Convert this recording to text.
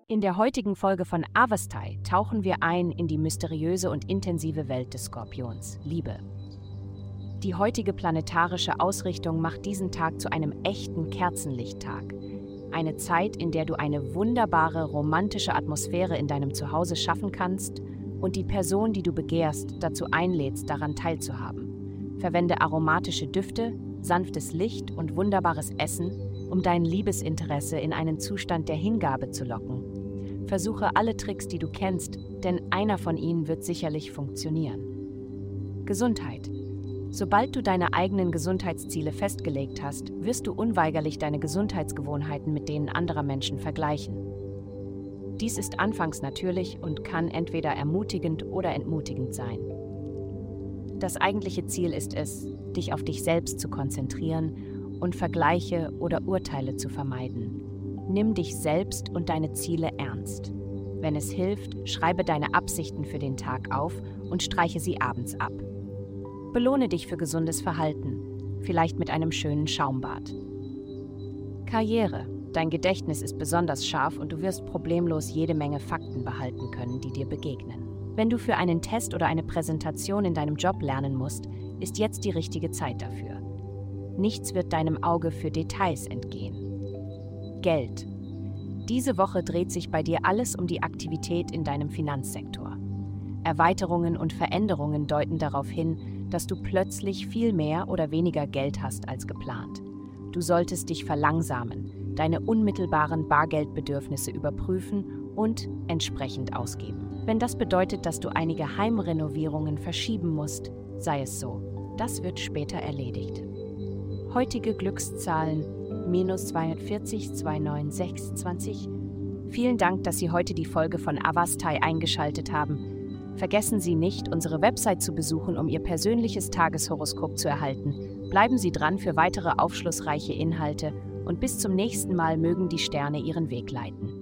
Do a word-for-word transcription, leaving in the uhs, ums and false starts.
In der heutigen Folge von Avastai tauchen wir ein in die mysteriöse und intensive Welt des Skorpions, Liebe. Die heutige planetarische Ausrichtung macht diesen Tag zu einem echten Kerzenlichttag. Eine Zeit, in der du eine wunderbare, romantische Atmosphäre in deinem Zuhause schaffen kannst und die Person, die du begehrst, dazu einlädst, daran teilzuhaben. Verwende aromatische Düfte, sanftes Licht und wunderbares Essen, um dein Liebesinteresse in einen Zustand der Hingabe zu locken. Versuche alle Tricks, die du kennst, denn einer von ihnen wird sicherlich funktionieren. Gesundheit. Sobald du deine eigenen Gesundheitsziele festgelegt hast, wirst du unweigerlich deine Gesundheitsgewohnheiten mit denen anderer Menschen vergleichen. Dies ist anfangs natürlich und kann entweder ermutigend oder entmutigend sein. Das eigentliche Ziel ist es, dich auf dich selbst zu konzentrieren und Vergleiche oder Urteile zu vermeiden. Nimm dich selbst und deine Ziele ernst. Wenn es hilft, schreibe deine Absichten für den Tag auf und streiche sie abends ab. Belohne dich für gesundes Verhalten, vielleicht mit einem schönen Schaumbad. Karriere. Dein Gedächtnis ist besonders scharf und du wirst problemlos jede Menge Fakten behalten können, die dir begegnen. Wenn du für einen Test oder eine Präsentation in deinem Job lernen musst, ist jetzt die richtige Zeit dafür. Nichts wird deinem Auge für Details entgehen. Geld. Diese Woche dreht sich bei dir alles um die Aktivität in deinem Finanzsektor. Erweiterungen und Veränderungen deuten darauf hin, dass du plötzlich viel mehr oder weniger Geld hast als geplant. Du solltest dich verlangsamen, deine unmittelbaren Bargeldbedürfnisse überprüfen und entsprechend ausgeben. Wenn das bedeutet, dass du einige Heimrenovierungen verschieben musst, sei es so. Das wird später erledigt. Heutige Glückszahlen minus zweiundvierzig, neunundzwanzig, sechsundzwanzig. Vielen Dank, dass Sie heute die Folge von Avastai eingeschaltet haben. Vergessen Sie nicht, unsere Website zu besuchen, um Ihr persönliches Tageshoroskop zu erhalten. Bleiben Sie dran für weitere aufschlussreiche Inhalte und bis zum nächsten Mal mögen die Sterne Ihren Weg leiten.